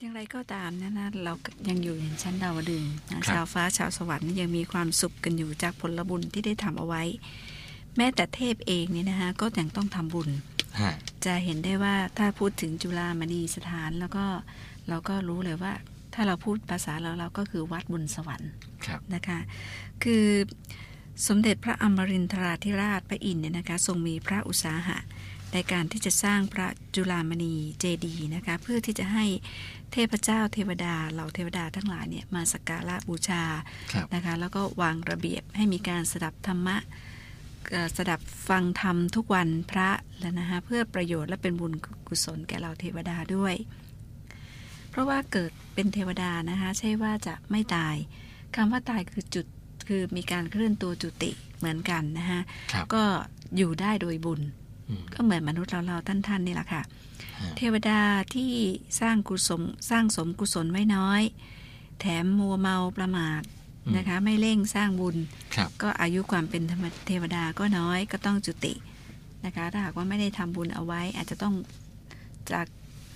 อย่างไรก็ตามนะเรายังอยู่ในชั้นดาวดึงส์ชาวฟ้าชาวสวรรค์ยังมีความสุขกันอยู่จากผลบุญที่ได้ทำเอาไว้แม้แต่เทพเองนี่นะคะก็ยังต้องทำบุญจะเห็นได้ว่าถ้าพูดถึงจุฬามณีสถานแล้วก็เราก็รู้เลยว่าถ้าเราพูดภาษาเราก็คือวัดบุญสวรรค์นะคะคือสมเด็จพระอมรินทราธิราชพระอินทร์เนี่ยนะคะทรงมีพระอุตสาหะในการที่จะสร้างพระจุฬามณีเจดีย์นะคะเพื่อที่จะให้เทพเจ้าเทวดาเหล่าเทวดาทั้งหลายเนี่ยมาสักการะบูชานะคะแล้วก็วางระเบียบให้มีการสดับธรรมะสดับฟังธรรมทุกวันพระแล้วนะคะเพื่อประโยชน์และเป็นบุญกุศลแก่เราเทวดาด้วยเพราะว่าเกิดเป็นเทวดานะคะใช่ว่าจะไม่ตายคำว่าตายคือมีการเคลื่อนตัวจุติเหมือนกันนะคะก็อยู่ได้โดยบุญก็เหมือนมนุษย์เราท่านนี่แหละค่ะเทวดาที่สร้างสมกุศลไว้น้อยแถมมัวเมาประมาทนะคะไม่เร่งสร้างบุญก็อายุความเป็นเทวดาก็น้อยก็ต้องจุตินะคะถ้าหากว่าไม่ได้ทำบุญเอาไว้อาจจะต้องจาก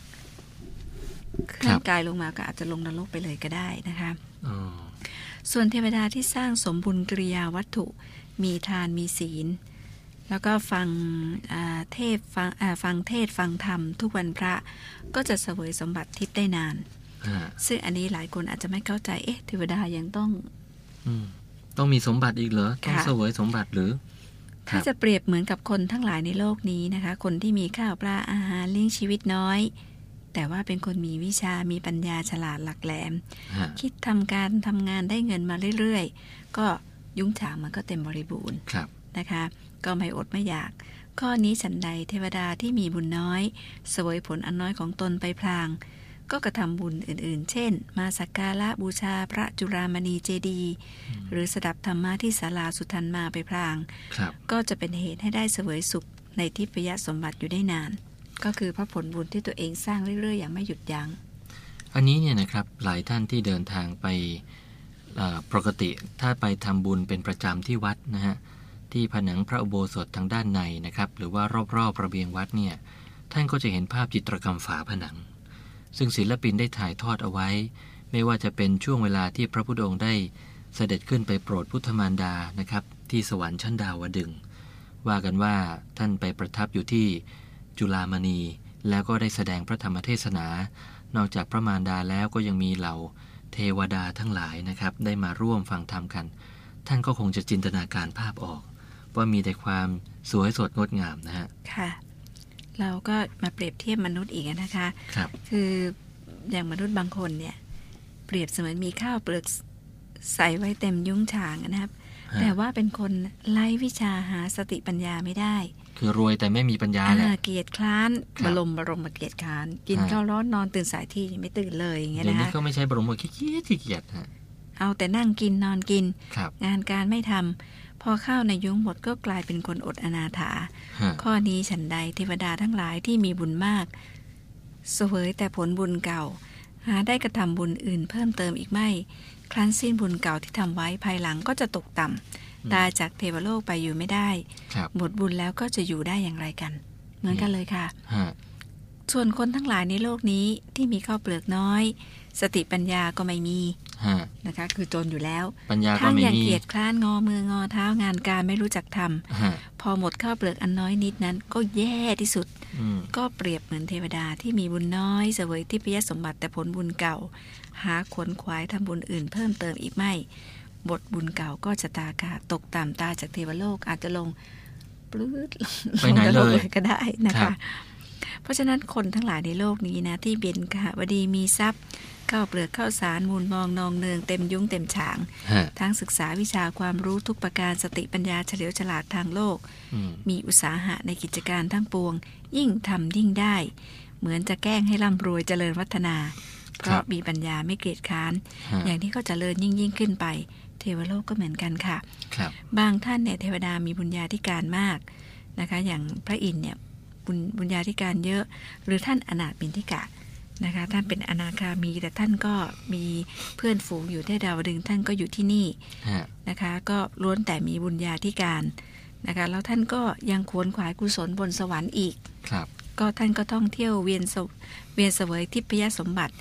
เคลื่อนกายลงมาก็อาจจะลงนรกไปเลยก็ได้นะคะส่วนเทวดาที่สร้างสมบุญกิริยาวัตถุมีทานมีศีลแล้วก็ฟังเทศฟังธรรมทุกวันพระก็จะเสวยสมบัติทิพย์ได้นานซึ่งอันนี้หลายคนอาจจะไม่เข้าใจเทวดายังต้องมีสมบัติอีกเหรอต้องเสวยสมบัติหรือถ้าจะเปรียบเหมือนกับคนทั้งหลายในโลกนี้นะคะคนที่มีข้าวปลาอาหารเลี้ยงชีวิตน้อยแต่ว่าเป็นคนมีวิชามีปัญญาฉลาดหลักแหลมคิดทำงานได้เงินมาเรื่อยๆก็ยุ้งฉางมันก็เต็มบริบูรณ์นะคะก็ไม่อดไม่อยากข้อนี้ฉันใดเทวดาที่มีบุญน้อยเสวยผลอันน้อยของตนไปพลางก็กระทำบุญอื่นๆเช่นมาสักการะบูชาพระจุฬามณีเจดีย์หรือสดับธรรมะที่ศาลาสุทันมาไปพลางก็จะเป็นเหตุให้ได้เสวยสุขในทิพยสมบัติอยู่ได้นานก็คือพระผลบุญที่ตัวเองสร้างเรื่อยๆอย่างไม่หยุดยั้งอันนี้เนี่ยนะครับหลายท่านที่เดินทางไปปกติถ้าไปทำบุญเป็นประจำที่วัดนะฮะที่ผนังพระอุโบสถทางด้านในนะครับหรือว่ารอบๆระเบียงวัดเนี่ยท่านก็จะเห็นภาพจิตรกรรมฝาผนังซึ่งศิลปินได้ถ่ายทอดเอาไว้ไม่ว่าจะเป็นช่วงเวลาที่พระพุทธองค์ได้เสด็จขึ้นไปโปรดพุทธมารดานะครับที่สวรรค์ชั้นดาวดึงส์ว่ากันว่าท่านไปประทับอยู่ที่จุฬามณีแล้วก็ได้แสดงพระธรรมเทศนานอกจากพระมารดาแล้วก็ยังมีเหล่าเทวดาทั้งหลายนะครับได้มาร่วมฟังธรรมกันท่านก็คงจะจินตนาการภาพออกว่ามีแต่ความสวยสดงดงามนะฮะค่ะเราก็มาเปรียบเทียบมนุษย์อีกนะคะคืออย่างมนุษย์บางคนเนี่ยเปรียบเสมือนมีข้าวเปลือกใส่ไว้เต็มยุ้งฉางนะครับแต่ว่าเป็นคนไร้วิชาหาสติปัญญาไม่ได้คือรวยแต่ไม่มีปัญญาแหละเกียจคร้านบรมเกียจคร้านกินข้าวร้อนนอนตื่นสายที่ไม่ตื่นเลยอย่างเงี้ยนะคะเดี๋ยวนี้ก็ไม่ใช่บรมขี้เกียจฮะเอาแต่นั่งกินนอนกินงานการไม่ทำพอข้าวในยุ้งหมดก็กลายเป็นคนอดอนาถาข้อนี้ฉันใดเทวดาทั้งหลายที่มีบุญมากเสวยแต่ผลบุญเก่าหาได้กระทำบุญอื่นเพิ่มเติมอีกไม่ครั้นสิ้นบุญเก่าที่ทำไว้ภายหลังก็จะตกต่ำตายจากเทวโลกไปอยู่ไม่ได้หมดบุญแล้วก็จะอยู่ได้อย่างไรกันเหมือนกันเลยค่ะส่วนคนทั้งหลายในโลกนี้ที่มีข้าวเปลือกน้อยสติปัญญาก็ไม่มีนะคะคือจนอยู่แล้วทั้งอย่างเกียจคร้านงอมืองอเท้างานการไม่รู้จักทำพอหมดข้าวเปลือกอันน้อยนิดนั้นก็แย่ที่สุดก็เปรียบเหมือนเทวดาที่มีบุญน้อยเสวยทิพยสมบัติแต่ผลบุญเก่าหาขวนขวายทำบุญอื่นเพิ่มเติมอีกไม่บทบุญเก่าก็จะตากาตกต่ำตาจากเทวโลกอาจจะลงปลื้ดไปไหนเลยก็ได้นะคะเพราะฉะนั้นคนทั้งหลายในโลกนี้นะที่เป็นกหบดีมีทรัพย์ข้าวเปลือกข้าวสารมูลมองนองเนืองเต็มยุ้งเต็มฉางทั้งศึกษาวิชาความรู้ทุกประการสติปัญญาเฉลียวฉลาดทางโลกมีอุตสาหะในกิจการทั้งปวงยิ่งทำยิ่งได้เหมือนจะแกล้งให้ร่ำรวยเจริญวัฒนาเพราะมีปัญญาไม่เกียจค้านอย่างที่เขาเจริญยิ่งขึ้นไปเทวโลกก็เหมือนกันค่ะบางท่านเนี่ยเทวดามีบุญญาธิการมากนะคะอย่างพระอินทร์เนี่ยบุญญาธิการเยอะหรือท่านอนาถบิณฑิกะนะคะท่านเป็นอนาคามีแต่ท่านก็มีเพื่อนฝูงอยู่ที่ดาวดึงส์ท่านก็อยู่ที่นี่นะคะก็ล้วนแต่มีบุญญาธิการนะคะแล้วท่านก็ยังขวนขวายกุศลบนสวรรค์อีกก็ท่านก็ต้องเที่ยวเวียนเสวยทิพยสมบัติ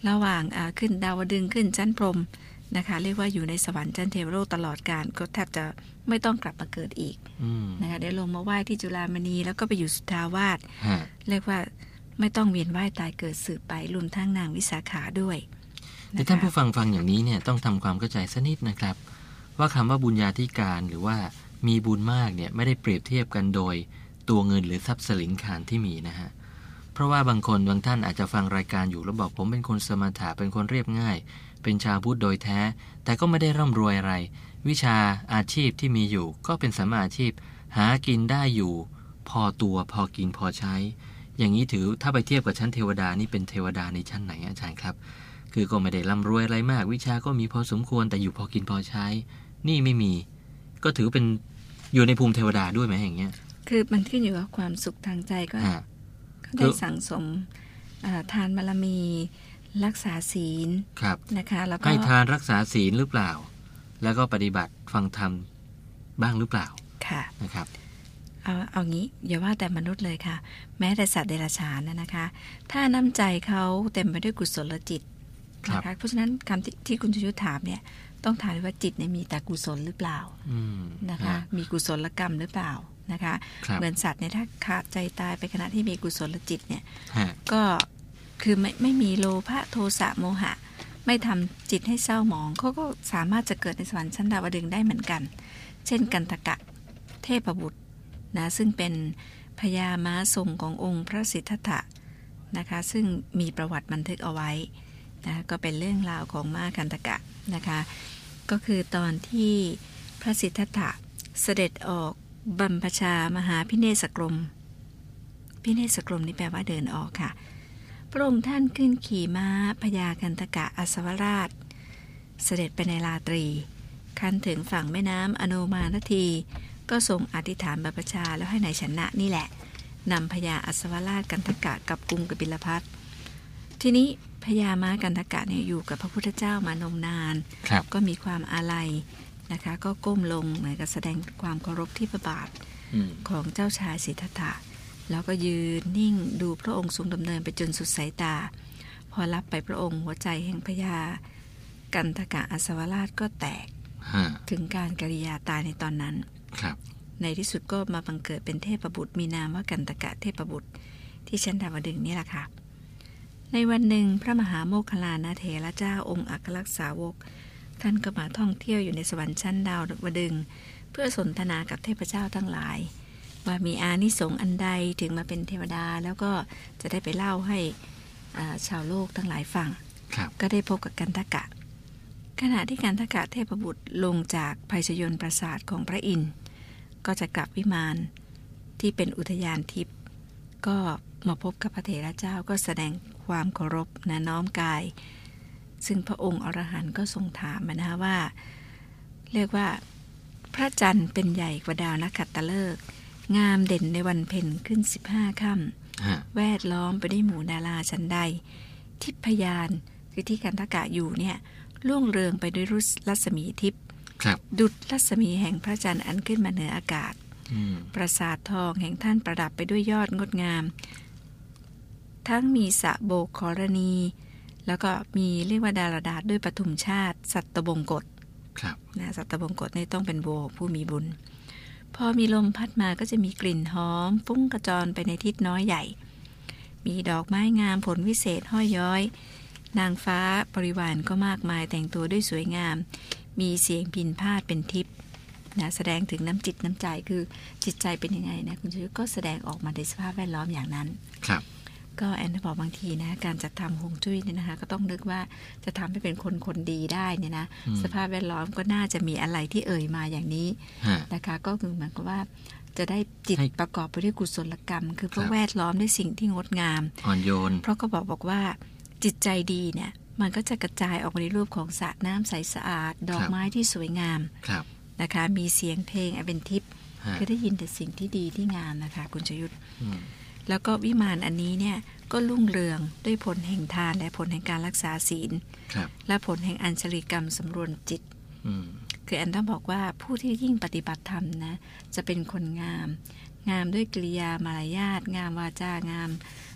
ระหว่างขึ้นดาวดึงส์ขึ้นชั้นพรหมนะคะเรียกว่าอยู่ในสวรรค์ชั้นเทวโลกตลอดกาลก็แทบจะไม่ต้องกลับมาเกิดอีกนะคะได้ลงมาไหว้ที่จุฬามณีแล้วก็ไปอยู่สุทธาวาสเรียกว่าไม่ต้องเวียนว่ายตายเกิดสืบไปรวมทั้งนางวิสาขาด้วยแต่ท่านผู้ฟังอย่างนี้เนี่ยต้องทำความเข้าใจสักนิดนะครับว่าคำว่าบุญญาธิการหรือว่ามีบุญมากเนี่ยไม่ได้เปรียบเทียบกันโดยตัวเงินหรือทรัพย์สลิงคารที่มีนะฮะเพราะว่าบางท่านอาจจะฟังรายการอยู่แล้วบอกผมเป็นคนสมถะเป็นคนเรียบง่ายเป็นชาวพุทธโดยแท้แต่ก็ไม่ได้ร่ำรวยอะไรวิชาอาชีพที่มีอยู่ก็เป็นสัมมาอาชีพหากินได้อยู่พอตัวพอกินพอใช้อย่างนี้ถือถ้าไปเทียบกับชั้นเทวดานี่เป็นเทวดาในชั้นไหนอาจารย์ครับคือก็ไม่ได้ร่ำรวยอะไรมากวิชาก็มีพอสมควรแต่อยู่พอกินพอใช้นี่ไม่มีก็ถือเป็นอยู่ในภูมิเทวดาด้วยไหมอย่างเงี้ยคือมันขึ้นอยู่กับความสุขทางใจก็ได้สั่งสมทานบารมีรักษาศีลนะคะแล้วก็ให้ทานรักษาศีลหรือเปล่าแล้วก็ปฏิบัติฟังธรรมบ้างหรือเปล่าค่ะนะครับเอางี้อย่าว่าแต่มนุษย์เลยค่ะแม้แต่สัตว์เดรัจฉานนะคะถ้าน้ำใจเขาเต็มไปด้วยกุศลจิตนะคะเพราะฉะนั้นคำที่คุณชยุทธถามเนี่ยต้องถามว่าจิตเนี่ยมีแต่กุศลหรือเปล่านะคะมีกุศลกรรมหรือเปล่านะคะเหมือนสัตว์เนี่ยถ้าขาดใจตายไปขณะที่มีกุศลจิตเนี่ยก็คือไม่มีโลภะโทสะโมหะไม่ทำจิตให้เศร้าหมองเขาก็สามารถจะเกิดในสวรรค์ชั้นดาวดึงส์ได้เหมือนกันเช่นกันตกะเทพบุตรนะซึ่งเป็นพญาม้าทรงขององค์พระสิทธัตถะนะคะซึ่งมีประวัติบันทึกเอาไว้นะก็เป็นเรื่องราวของม้ากันตกะนะคะก็คือตอนที่พระสิทธัตถะเสด็จออกบัมพชามหาพิเนศกรมพิเนศกรมนี่แปลว่าเดินออกค่ะพระองค์ท่านขึ้นขี่ม้าพญากันตกะอัศวราชเสด็จไปในราตรีคันถึงฝั่งแม่น้ำอโนมานทีก็ทรงอธิษฐานบัพพชาแล้วให้นายชนะนี่แหละนำพญาอัศวราชกันตกะกับกรุงกบิลพัสต์ทีนี้พญาม้ากันตกะเนี่ยอยู่กับพระพุทธเจ้ามานมนานก็มีความอาลัยนะคะก็ก้มลงเหมือนกับแสดงความเคารพที่พระบาทของเจ้าชายสิทธัตถะแล้วก็ยืนนิ่งดูพระองค์ทรงดำเนินไปจนสุดสายตาพอรับไปพระองค์หัวใจแห่งพญากันตกะอัศวราชก็แตกถึงการกริยาตายในตอนนั้นในที่สุดก็มาบังเกิดเป็นเทพบุตรมีนามว่ากันตกะเทพบุตรที่ชั้นดาวดึงส์นี่แหละค่ะในวันหนึ่งพระมหาโมคคัลลานะเถระเจ้าองค์อัครสาวกท่านก็มาท่องเที่ยวอยู่ในสวรรค์ชั้นดาวดึงส์เพื่อสนทนากับเทพเจ้าทั้งหลายว่ามีอานิสงส์อันใดถึงมาเป็นเทวดาแล้วก็จะได้ไปเล่าให้ชาวโลกทั้งหลายฟังก็ได้พบกับกันตกะขณะที่กันตกะเทพบุตรลงจากไพศยนต์ปราสาทของพระอินทร์ก็จะกลับวิมานที่เป็นอุทยานทิพย์ก็มาพบกับพระเถระเจ้าก็แสดงความเคารพน้อมกายซึ่งพระองค์อรหันต์ก็ทรงถามนะคะว่าเรียกว่าพระจันทร์เป็นใหญ่กว่าดาวนักขัตฤกษ์งามเด่นในวันเพ็ญขึ้น15 ค่ำแวดล้อมไปด้วยหมู่ดาราชั้นใดทิพยานคือที่กันตกะอยู่เนี่ยล่วงเรืองไปด้วยรัศมีทิพย์ดุจรัศมีแห่งพระจันทร์อันขึ้นมาเหนืออากาศปราสาททองแห่งท่านประดับไปด้วยยอดงดงามทั้งมีสระโบกขรณีแล้วก็มีเรียกว่าดารดาษด้วยปฐุมชาติสัตบงกฎนะสัตบงกฎนี่ต้องเป็นโบผู้มีบุญพอมีลมพัดมาก็จะมีกลิ่นหอมฟุ้งกระจรไปในทิศน้อยใหญ่มีดอกไม้งามผลวิเศษห้อยย้อยนางฟ้าบริวารก็มากมายแต่งตัวด้วยสวยงามมีเสียงพิณพาทเป็นทิพย์นะแสดงถึงน้ำจิตน้ำใจคือจิตใจเป็นยังไงนะคุณชูก็แสดงออกมาในสภาพแวดล้อมอย่างนั้นครับก็แอนบอกบางทีนะการจัดทำฮวงจุ้ยเนี่ยนะคะก็ต้องนึกว่าจะทำให้เป็นคนดีได้เนี่ยนะสภาพแวดล้อมก็น่าจะมีอะไรที่เอ่ยมาอย่างนี้นะคะก็คือเหมือนกับว่าจะได้จิตประกอบไปด้วยกุศลกรรมคือเพราะแวดล้อมด้วยสิ่งที่งดงามอ่อนโยนเพราะก็บอกว่าจิตใจดีเนี่ยมันก็จะกระจายออกมาในรูปของสระน้ำใสสะอาดดอกไม้ที่สวยงามนะคะมีเสียงเพลงเป็นทิพย์ก็ได้ยินแต่สิ่งที่ดีที่งามนะคะคุณชยุทธแล้วก็วิมานอันนี้เนี่ยก็รุ่งเรืองด้วยผลแห่งทานและผลแห่งการรักษาศีลและผลแห่งอัญชลีกรรมสำรวมจิตคืออันต้องบอกว่าผู้ที่ยิ่งปฏิบัติธรรมนะจะเป็นคนงามด้วยกิริยามารยาทงามวาจางาม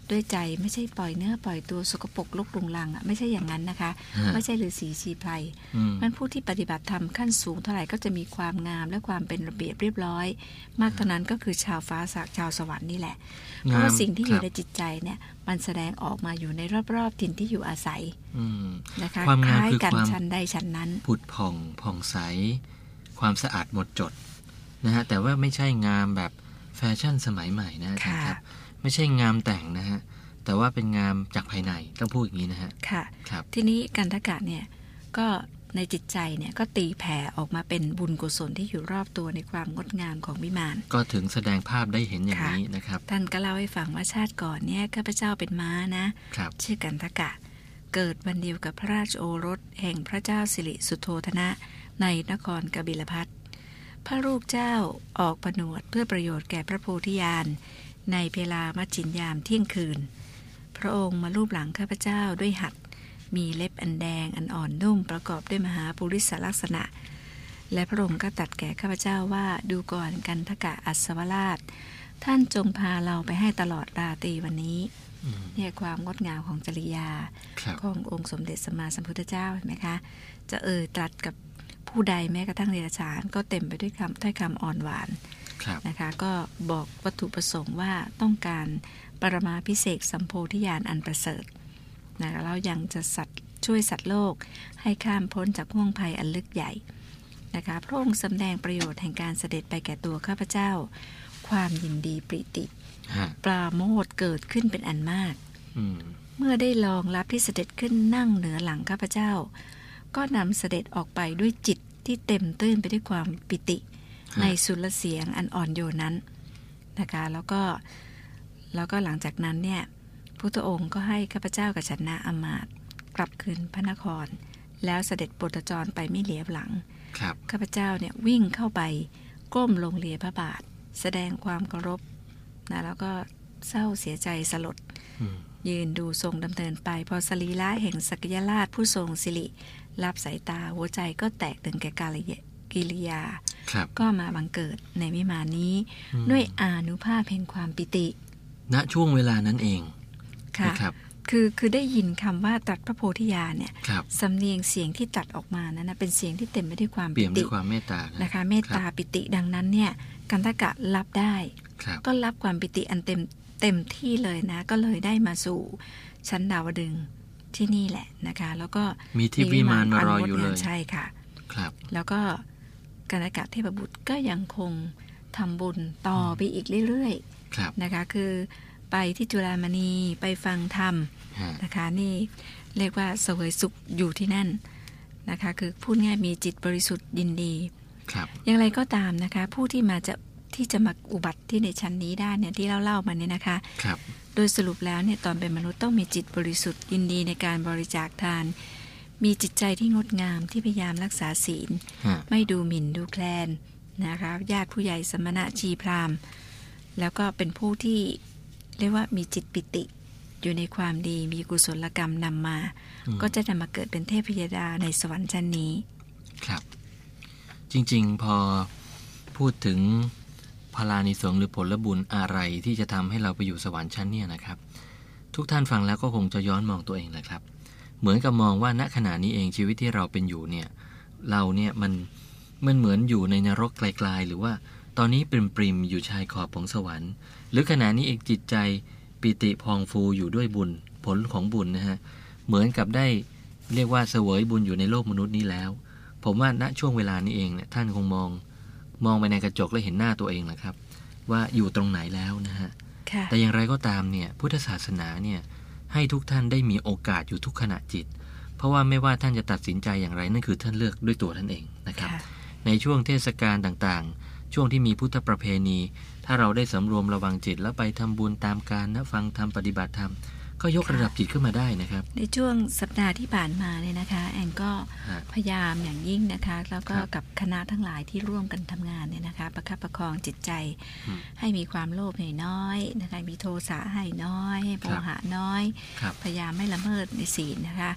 ด้วยใจไม่ใช่ปล่อยเนื้อปล่อยตัวสกปรกลุกรุงรังไม่ใช่อย่างนั้นนะคะไม่ใช่ฤาษีชีไพรมันผู้ที่ปฏิบัติธรรมขั้นสูงเท่าไหร่ก็จะมีความงามและความเป็นระเบียบเรียบร้อยมากเท่านั้นก็คือชาวฟ้าชาวสวรรค์นี่แหละเพราะว่าสิ่งที่อยู่ในจิตใจเนี่ยมันแสดงออกมาอยู่ในรอบๆถิ่นที่อยู่อาศัยนะคะคล้ายกันชั้นใดชั้นนั้นผุดผ่องใสความสะอาดหมดจดนะฮะแต่ว่าไม่ใช่งามแบบแฟชั่นสมัยใหม่นะครับไม่ใช่งามแต่งนะฮะแต่ว่าเป็นงามจากภายในต้องพูดอย่างนี้นะฮะค่ะทีนี้กันทกะเนี่ยก็ในจิตใจเนี่ยก็ตีแผ่ออกมาเป็นบุญกุศลที่อยู่รอบตัวในความงดงามของวิมานก็ถึงแสดงภาพได้เห็นอย่างนี้นะครับท่านก็เล่าให้ฟังว่าชาติก่อนเนี่ยข้าพเจ้าเป็นม้านะชื่อกันทกะเกิดวันเดียวกับพระราชโอรสแห่งพระเจ้าสิริสุโธทนะในนครกบิลพัสพระลูกเจ้าออกผนวดเพื่อประโยชน์แก่พระโพธิญาณในเวลามัชชิมยามเที่ยงคืนพระองค์มาลูบหลังข้าพเจ้าด้วยหัตถ์มีเล็บอันแดงอันอ่อนนุ่มประกอบด้วยมหาปุริสลักษณะและพระองค์ก็ตรัสแก่ข้าพเจ้าว่าดูก่อนกันทกะอัศวราชท่านจงพาเราไปให้ตลอดราตรีวันนี้เนี่ยความงดงามของจริยาขององค์สมเด็จสัมมาสัมพุทธเจ้าเห็นไหมคะจะตรัสกับผู้ใดแม้กระทั่งเดรัจฉานก็เต็มไปด้วยถ้อยคำอ่อนหวานนะคะก็บอกวัตถุประสงค์ว่าต้องการปรมาภิเษกสัมโพธิญาณอันประเสริฐนะคะแล้วยังจะช่วยสัตว์โลกให้ข้ามพ้นจากห่วงภัยอันลึกใหญ่นะคะพระองค์สำแดงประโยชน์แห่งการเสด็จไปแก่ตัวข้าพเจ้าความยินดีปริติปราโมทย์เกิดขึ้นเป็นอันมากเมื่อได้ลองรับที่เสด็จขึ้นนั่งเหนือหลังข้าพเจ้าก็นำเสด็จออกไปด้วยจิตที่เต็มตื้นไปด้วยความปิติในสุรเสียงอันอ่อนโยนนั้นนะคะแล้วก็หลังจากนั้นเนี่ยพุทธองค์ก็ให้ข้าพเจ้ากับชนะอมาตย์กลับคืนพระนครแล้วเสด็จโปรดจรไปไม่เหลียวหลังข้าพเจ้าเนี่ยวิ่งเข้าไปก้มลงเลียพระบาทแสดงความเคารพนะแล้วก็เศร้าเสียใจสลดยืนดูทรงดำเนินไปพอสรีระแห่งสักยราชผู้ทรงสิริรับสายตาหัวใจก็แตกถึงแก่กิริยาก็มาบังเกิดในวิมานนี้ด้วยอานุภาพแห่งความปิติณช่วงเวลานั้นเองนะครับคือได้ยินคำว่าตรัสพระโพธิญาณเนี่ยสำเนียงเสียงที่ตัดออกมานั้นนะเป็นเสียงที่เต็มไปด้วยความปิติความเมตตานะคะเมตตาปิติดังนั้นเนี่ยกันทกะรับได้ก็รับความปิติอันเต็มที่เลยนะก็เลยได้มาสู่ชั้นดาวดึงส์ที่นี่แหละนะคะแล้วก็มีที่วิมานมารออยู่เลยใช่ค่ะครับแล้วก็กันทกะเทพบุตรก็ยังคงทำบุญต่อไปอีกเรื่อยๆนะคะคือไปที่จุฬามณีไปฟังธรรมนะคะนี่เรียกว่าเสวยสุขอยู่ที่นั่นนะคะคือพูดง่ายมีจิตบริสุทธิ์ยินดีอย่างไรก็ตามนะคะผู้ที่จะมาอุบัติที่ในชั้นนี้ได้เนี่ยที่เล่ามาเนี่ยนะคะโดยสรุปแล้วเนี่ยตอนเป็นมนุษย์ต้องมีจิตบริสุทธิ์ยินดีในการบริจาคทานมีจิตใจที่งดงามที่พยายามรักษาศีลไม่ดูหมิ่นดูแคลนนะคะญาติผู้ใหญ่สมณะชีพราหมณ์แล้วก็เป็นผู้ที่เรียกว่ามีจิตปิติอยู่ในความดีมีกุศลกรรมนำมาก็จะนำมาเกิดเป็นเทพยดาในสวรรค์ชั้นนี้ครับจริงๆพอพูดถึงพลานิสงส์หรือผลบุญอะไรที่จะทำให้เราไปอยู่สวรรค์ชั้นเนี่ยนะครับทุกท่านฟังแล้วก็คงจะย้อนมองตัวเองแหละครับเหมือนกับมองว่าณขณะนี้เองชีวิตที่เราเป็นอยู่เนี่ยเราเนี่ยมันเหมือนอยู่ในนรกไกลๆหรือว่าตอนนี้ปริมอยู่ชายขอบของสวรรค์หรือขณะนี้เองจิตใจปิติพองฟูอยู่ด้วยบุญผลของบุญนะฮะเหมือนกับได้เรียกว่าเสวยบุญอยู่ในโลกมนุษย์นี้แล้วผมว่าณช่วงเวลานี้เองเนี่ยท่านคงมองไปในกระจกแล้วเห็นหน้าตัวเองแหละครับว่าอยู่ตรงไหนแล้วนะฮะแต่อย่างไรก็ตามเนี่ยพุทธศาสนาเนี่ยให้ทุกท่านได้มีโอกาสอยู่ทุกขณะจิตเพราะว่าไม่ว่าท่านจะตัดสินใจอย่างไรนั่นคือท่านเลือกด้วยตัวท่านเองนะครับในช่วงเทศกาลต่างๆช่วงที่มีพุทธประเพณีถ้าเราได้สำรวมระวังจิตแล้วไปทำบุญตามการนะฟังธรรมปฏิบัติธรรมก็ยกระดับจิตขึ้นมาได้นะครับในช่วงสัปดาห์ที่ผ่านมาเนี่ยนะคะแอนก็พยายามอย่างยิ่งนะคะแล้วก็กับคณะทั้งหลายที่ร่วมกันทำงานเนี่ยนะคะประคับประคองจิตใจให้มีความโลภน้อยนะคะมีโทสะให้น้อยโมหะน้อยพยายามไม่ละเมิดในศีลนะคะ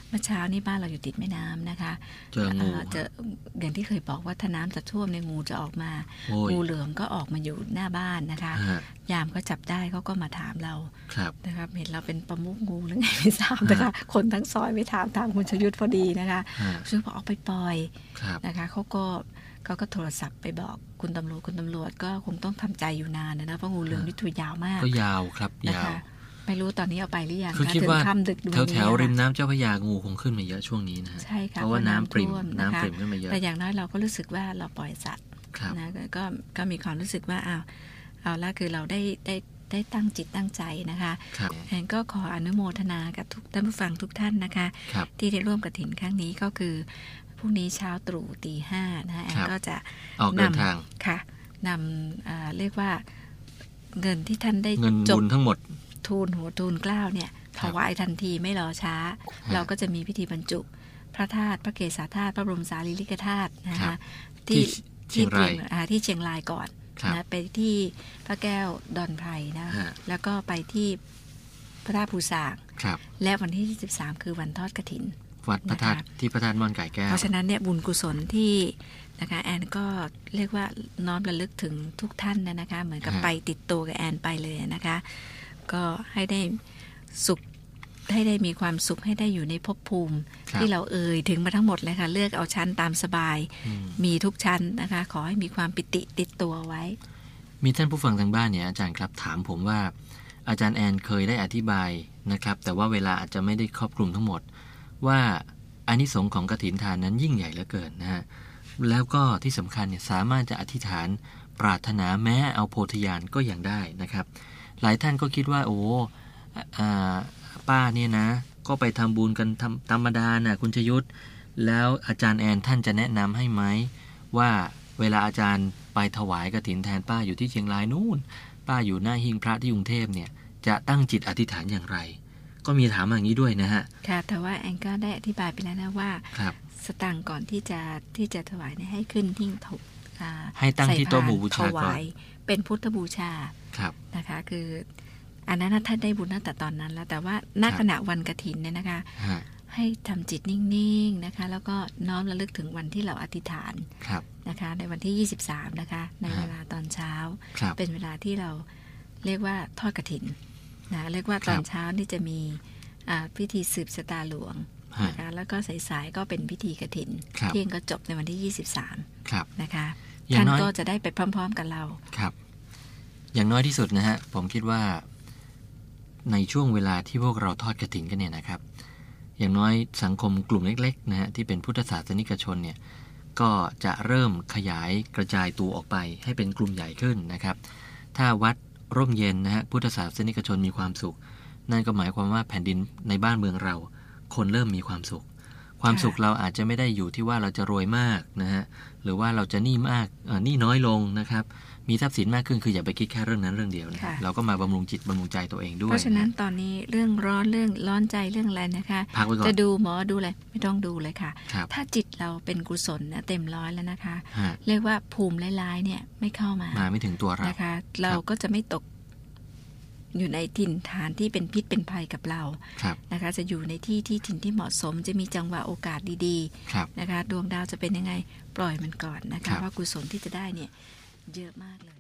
เมื่อเช้านี้บ้านเราอยู่ติดแม่น้ำนะคะเจองูอย่างที่เคยบอกว่าถ้าน้ำจะท่วมในงูจะออกมางูเหลือมก็ออกมาอยู่หน้าบ้านนะคะยามก็จับได้เขาก็มาถามเรานะคะเห็นเราเป็นประมุขงูหรือไงไม่ทราบนะคะคนทั้งซอยไม่ถามทางคุณชยุทธพอดีนะคะซึ่งพอออกไปปล่อยนะคะเขาก็โทรศัพท์ไปบอกคุณตำรวจก็คงต้องทำใจอยู่นานนะเพราะงูเหลือมนี่ตัวยาวมากก็ยาวครับยาวไม่รู้ตอนนี้เอาไปหรือยังคือคิดว่าแถวริมน้ำเจ้าพระยางูคงขึ้นมาเยอะช่วงนี้นะใช่ค่ะเพราะว่าน้ำปริ่มขึ้นมาเยอะแต่อย่างน้อยเราก็รู้สึกว่าเราปล่อยสัตว์นะก็มีความรู้สึกว่าเอาละคือเราได้ตั้งจิตตั้งใจนะคะแอนก็ขออนุโมทนากับทุกท่านผู้ฟังทุกท่านนะคะที่ได้ร่วมกฐินครั้งนี้ก็คือพรุ่งนี้เช้าตรู่ตี 5นะคะแอนก็จะนำค่ะนำเรียกว่าเงินที่ท่านได้เงินบุญทั้งหมดทูลหัวทูลเกล้าเนี่ยถวายทันทีไม่รอช้าเราก็จะมีพิธีบรรจุพระธาตุพระเกศาธาตุพระบรมสารีริกธาตุนะคะที่เชียงรายก่อนนะไปที่พระแก้วดอนไพรนะแล้วก็ไปที่พระธาตุภูซางและวันที่23คือวันทอดกฐินวัดพระธาตุที่พระธาตุม่อนไก่แก้วเพราะฉะนั้นเนี่ยบุญกุศลที่นะคะแอนก็เรียกว่าน้อมระลึกถึงทุกท่านนะคะเหมือนกับไปติดตัวกับแอนไปเลยนะคะก็ให้ได้สุขให้ได้มีความสุขให้ได้อยู่ในภพภูมิที่เราถึงมาทั้งหมดเลยค่ะเลือกเอาชั้นตามสบายมีทุกชั้นนะคะขอให้มีความปิติติดตัวไว้มีท่านผู้ฟังทางบ้านเนี่ยอาจารย์ครับถามผมว่าอาจารย์แอนเคยได้อธิบายนะครับแต่ว่าเวลาอาจจะไม่ได้ครอบคลุมทั้งหมดว่าอานิสงส์ของกฐินทานนั้นยิ่งใหญ่เหลือเกินนะฮะแล้วก็ที่สำคัญเนี่ยสามารถจะอธิษฐานปรารถนาแม้เอาโพธิญาณก็ยังได้นะครับหลายท่านก็คิดว่าโอ้ป้าเนี่ยนะก็ไปทำบุญกันธรรมดานะคุณชยุทธแล้วอาจารย์แอนท่านจะแนะนำให้ไหมว่าเวลาอาจารย์ไปถวายกฐินแทนป้าอยู่ที่เชียงรายนู่นป้าอยู่หน้าหิ้งพระที่กรุงเทพเนี่ยจะตั้งจิตอธิษฐานอย่างไรก็มีถามอย่างนี้ด้วยนะฮะค่ะแต่ว่าแอนก็ได้อธิบายไปแล้วนะว่าสตางค์ก่อนที่จะถวายเนี่ยให้ขึ้นทิ้งถกให้ตั้งที่โต๊ะบูชาก่อนเป็นพุทธบูชานะคะคืออันนั้นท่านได้บุญตั้งแต่ตอนนั้นแล้วแต่ว่าณขณะวันกฐินเนี่ยนะคะให้ทำจิตนิ่งๆนะคะแล้วก็น้อมระลึกถึงวันที่เราอธิษฐานนะคะในวันที่23นะคะในเวลาตอนเช้าเป็นเวลาที่เราเรียกว่าทอดกฐินนะเรียกว่าตอนเช้านี่จะมีพิธีสืบชะตาหลวงนะคะแล้วก็สายๆก็เป็นพิธีกฐินเที่ยงก็จบในวันที่23นะคะท่านก็จะได้ไปพร้อมๆกับเราครับอย่างน้อยที่สุดนะฮะผมคิดว่าในช่วงเวลาที่พวกเราทอดกฐินกันเนี่ยนะครับอย่างน้อยสังคมกลุ่มเล็กๆนะฮะที่เป็นพุทธศาสนิกชนเนี่ยก็จะเริ่มขยายกระจายตัวออกไปให้เป็นกลุ่มใหญ่ขึ้นนะครับถ้าวัดร่มเย็นนะฮะพุทธศาสนิกชนมีความสุขนั่นก็หมายความว่าแผ่นดินในบ้านเมืองเราคนเริ่มมีความสุขความสุขเราอาจจะไม่ได้อยู่ที่ว่าเราจะรวยมากนะฮะหรือว่าเราจะหนี้มากหนี้น้อยลงนะครับมีทรัพย์สินมากขึ้นคืออย่าไปคิดแค่เรื่องนั้นเรื่องเดียวนะเราก็มาบำรุงจิตบำรุงใจตัวเองด้วยเพราะฉะนั้นตอนนี้เรื่องร้อนใจเรื่องอะไรนะคะจะดูหมอดูอะไรไม่ต้องดูเลยค่ะถ้าจิตเราเป็นกุศลนะเต็มร้อยแล้วนะคะเรียกว่าภูมิร้ายๆเนี่ยไม่เข้ามาไม่ถึงตัวเรานะคะเราก็จะไม่ตกอยู่ในถิ่นฐานที่เป็นพิษเป็นภัยกับเรานะคะจะอยู่ในที่ถิ่นที่เหมาะสมจะมีจังหวะโอกาสดีๆนะคะดวงดาวจะเป็นยังไงปล่อยมันก่อนนะคะว่ากุศลที่จะได้เนี่ยเยอะมากเลย